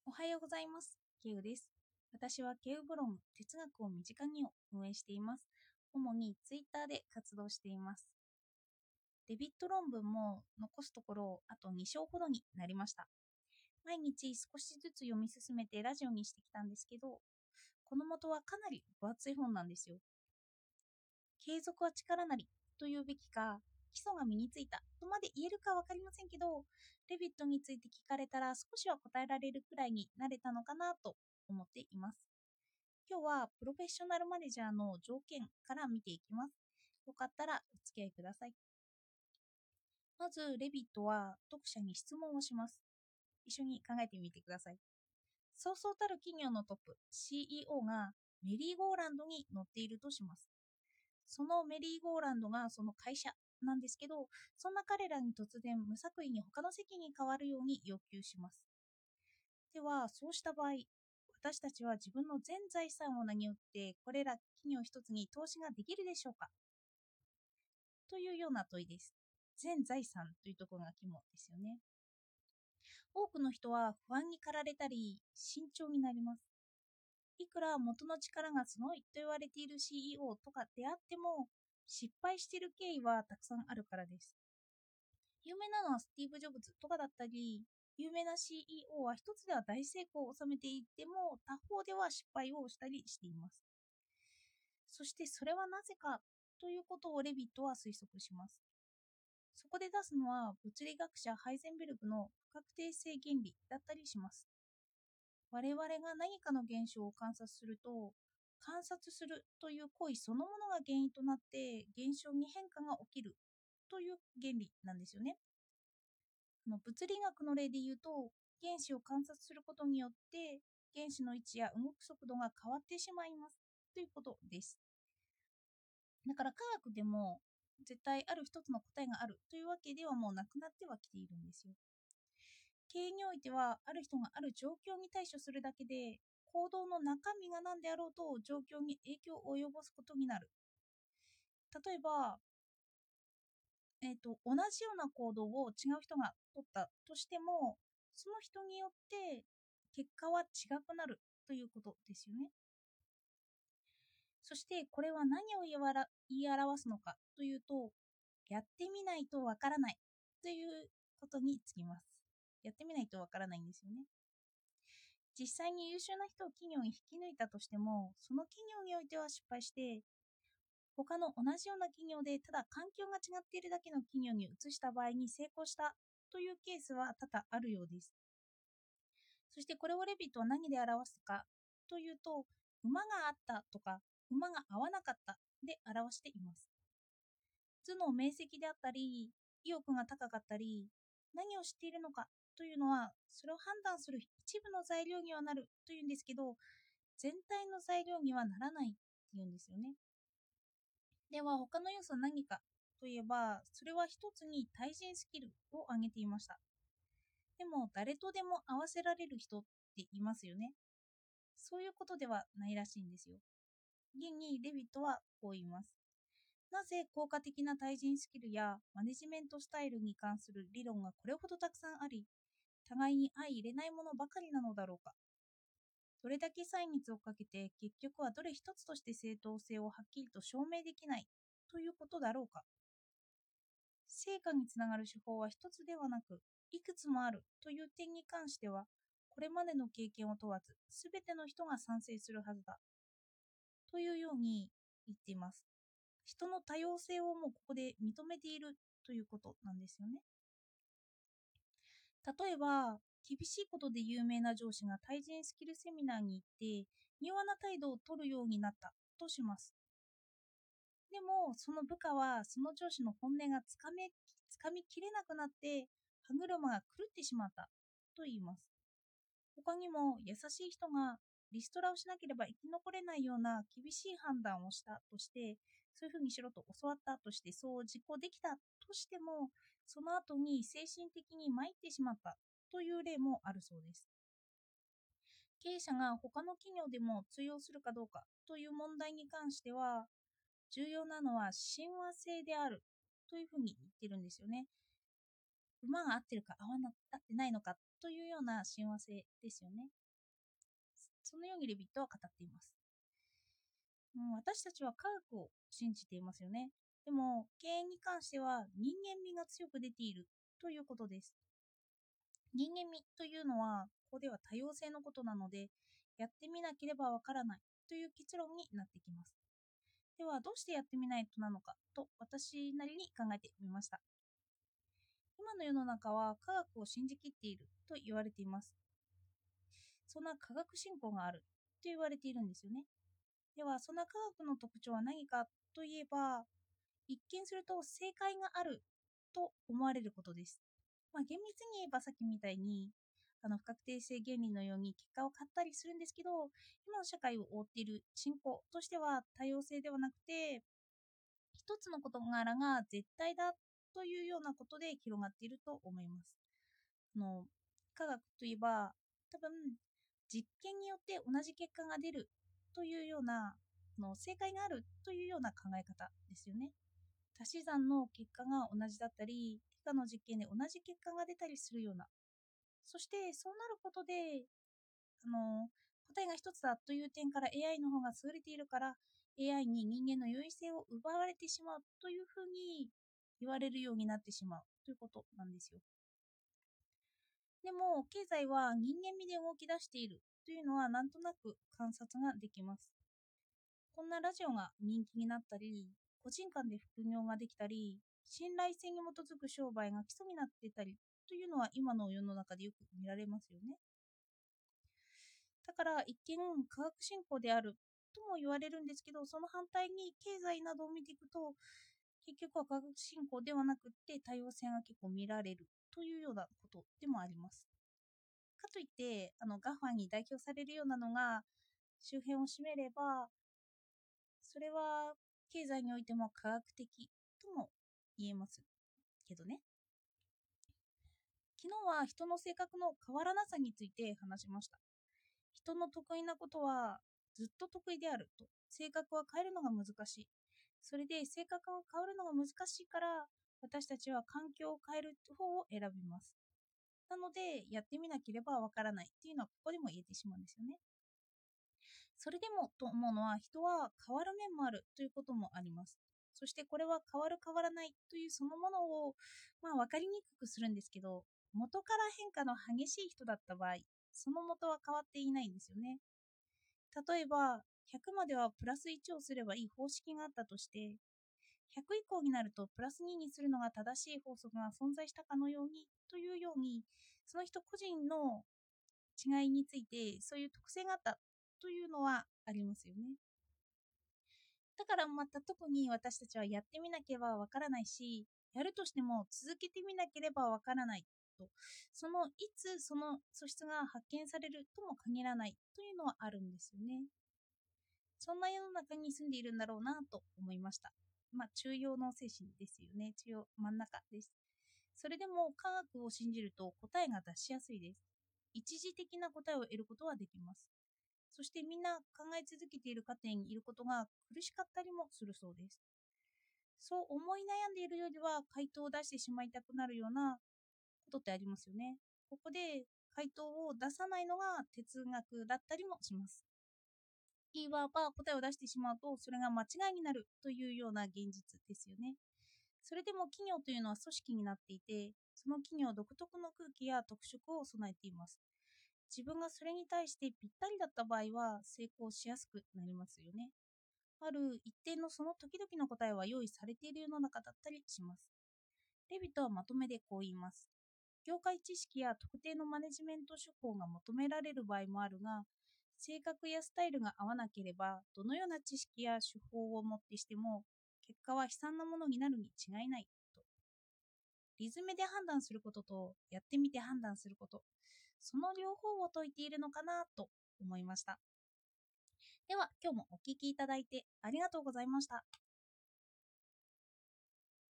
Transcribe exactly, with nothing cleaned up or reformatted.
おはようございます。ケウです。私はケウブログ哲学を身近にを運営しています。主にツイッターで活動しています。デビット論文も残すところあとに章ほどになりました。毎日少しずつ読み進めてラジオにしてきたんですけど、この元はかなり分厚い本なんですよ。継続は力なりというべきか、基礎が身についたとまで言えるか分かりませんけど、レビットについて聞かれたら少しは答えられるくらいになれたのかなと思っています。今日はプロフェッショナルマネージャーの条件から見ていきます。よかったらお付き合いください。まず、レビットは読者に質問をします。一緒に考えてみてください。そうそうたる企業のトップ、シーイーオー がメリーゴーランドに乗っているとします。そのメリーゴーランドがその会社なんですけど、そんな彼らに突然無作為に他の席に変わるように要求します。では、そうした場合、私たちは自分の全財産を投げ打って、これら企業一つに投資ができるでしょうかというような問いです。全財産というところが肝ですよね。多くの人は不安に駆られたり、慎重になります。いくら元の力がすごいと言われている シーイーオー とかであっても、失敗している経緯はたくさんあるからです。有名なのはスティーブ・ジョブズとかだったり、有名な シーイーオー は一つでは大成功を収めていても、他方では失敗をしたりしています。そしてそれはなぜかということをレビットは推測します。そこで出すのは物理学者ハイゼンベルグの不確定性原理だったりします。我々が何かの現象を観察すると、観察するという行為そのものが原因となって現象に変化が起きるという原理なんですよね。あの物理学の例で言うと、原子を観察することによって原子の位置や動く速度が変わってしまいますということです。だから科学でも絶対ある一つの答えがあるというわけではもうなくなってはきているんですよ。経営においてはある人がある状況に対処するだけで行動の中身が何であろうと状況に影響を及ぼすことになる。例えば、えーと、同じような行動を違う人が取ったとしても、その人によって結果は違くなるということですよね。そしてこれは何を言い表すのかというと、やってみないとわからないということにつきます。やってみないとわからないんですよね。実際に優秀な人を企業に引き抜いたとしても、その企業においては失敗して、他の同じような企業でただ環境が違っているだけの企業に移した場合に成功したというケースは多々あるようです。そしてこれをレビットは何で表すかというと、馬があったとか馬が合わなかったで表しています。頭脳明晰であったり、意欲が高かったり、何を知っているのかというのは、それを判断する一部の材料にはなるというんですけど、全体の材料にはならないっていうんですよね。では、他の要素は何かといえば、それは一つに対人スキルを挙げていました。でも、誰とでも合わせられる人っていますよね。そういうことではないらしいんですよ。現にレビットはこう言います。なぜ効果的な対人スキルやマネジメントスタイルに関する理論がこれほどたくさんあり、互いに相入れないものばかりなのだろうか。どれだけ歳月をかけて結局はどれ一つとして正当性をはっきりと証明できないということだろうか。成果につながる手法は一つではなく、いくつもあるという点に関しては、これまでの経験を問わず、すべての人が賛成するはずだ。というように言っています。人の多様性をもうここで認めているということなんですよね。例えば、厳しいことで有名な上司が対人スキルセミナーに行って、柔和な態度を取るようになったとします。でも、その部下はその上司の本音がつかめつかみきれなくなって、歯車が狂ってしまったと言います。他にも、優しい人がリストラをしなければ生き残れないような厳しい判断をしたとして、そういうふうにしろと教わったとして、そう実行できたとしても、その後に精神的に参ってしまったという例もあるそうです。経営者が他の企業でも通用するかどうかという問題に関しては、重要なのは親和性であるというふうに言ってるんですよね。馬が合ってるか合わな合ってないのかというような親和性ですよね。そのようにレビットは語っています。うん、私たちは科学を信じていますよね。でも、経営に関しては人間味が強く出ているということです。人間味というのは、ここでは多様性のことなので、やってみなければわからないという結論になってきます。では、どうしてやってみないとなのかと私なりに考えてみました。今の世の中は科学を信じきっていると言われています。そんな科学進歩があると言われているんですよね。では、そんな科学の特徴は何かといえば、一見すると正解があると思われることです。まあ、厳密に言えばさっきみたいに、あの不確定性原理のように結果を買ったりするんですけど、今の社会を覆っている進行としては多様性ではなくて、一つの事柄が絶対だというようなことで広がっていると思います。あの科学といえば、多分実験によって同じ結果が出るというような、あの正解があるというような考え方ですよね。足し算の結果が同じだったり、理科の実験で同じ結果が出たりするような、そしてそうなることで、あの答えが一つだという点から エーアイ の方が優れているから、 エーアイ に人間の優位性を奪われてしまうというふうに言われるようになってしまうということなんですよ。でも経済は人間味で動き出しているというのはなんとなく観察ができます。こんなラジオが人気になったり、個人間で副業ができたり、信頼性に基づく商売が基礎になっていたりというのは今の世の中でよく見られますよね。だから一見科学進歩であるとも言われるんですけど、その反対に経済などを見ていくと、結局は科学進歩ではなくって多様性が結構見られるというようなことでもあります。かといってあの ガファ に代表されるようなのが周辺を占めれば、それは経済においても科学的とも言えますけどね。昨日は人の性格の変わらなさについて話しました。人の得意なことはずっと得意であると。性格は変えるのが難しい。それで性格が変わるのが難しいから、私たちは環境を変える方を選びます。なので、やってみなければわからないっていうのはここでも言えてしまうんですよね。それでもと思うのは、人は変わる面もあるということもあります。そしてこれは変わる変わらないというそのものを、まあ、分かりにくくするんですけど、元から変化の激しい人だった場合、その元は変わっていないんですよね。例えば、ひゃくまではプラスいちをすればいい方式があったとして、ひゃく以降になるとプラスににするのが正しい法則が存在したかのようにというように、その人個人の違いについてそういう特性があったというのはありますよね。だからまた特に私たちはやってみなければわからないし、やるとしても続けてみなければわからないと、そのいつその素質が発見されるとも限らないというのはあるんですよね。そんな世の中に住んでいるんだろうなと思いました。まあ中庸の精神ですよね。中庸真ん中です。それでも科学を信じると答えが出しやすいです。一時的な答えを得ることはできます。そしてみんな考え続けている過程にいることが苦しかったりもするそうです。そう思い悩んでいるよりは回答を出してしまいたくなるようなことってありますよね。ここで回答を出さないのが哲学だったりもします。いわば答えを出してしまうとそれが間違いになるというような現実ですよね。それでも企業というのは組織になっていて、その企業独特の空気や特色を備えています。自分がそれに対してぴったりだった場合は成功しやすくなりますよね。ある一定のその時々の答えは用意されている世の中だったりします。レビトはまとめでこう言います。業界知識や特定のマネジメント手法が求められる場合もあるが、性格やスタイルが合わなければ、どのような知識や手法をもってしても、結果は悲惨なものになるに違いないと。リズムで判断することと、やってみて判断すること、その両方を説いているのかなと思いました。では、今日もお聞きいただいてありがとうございました。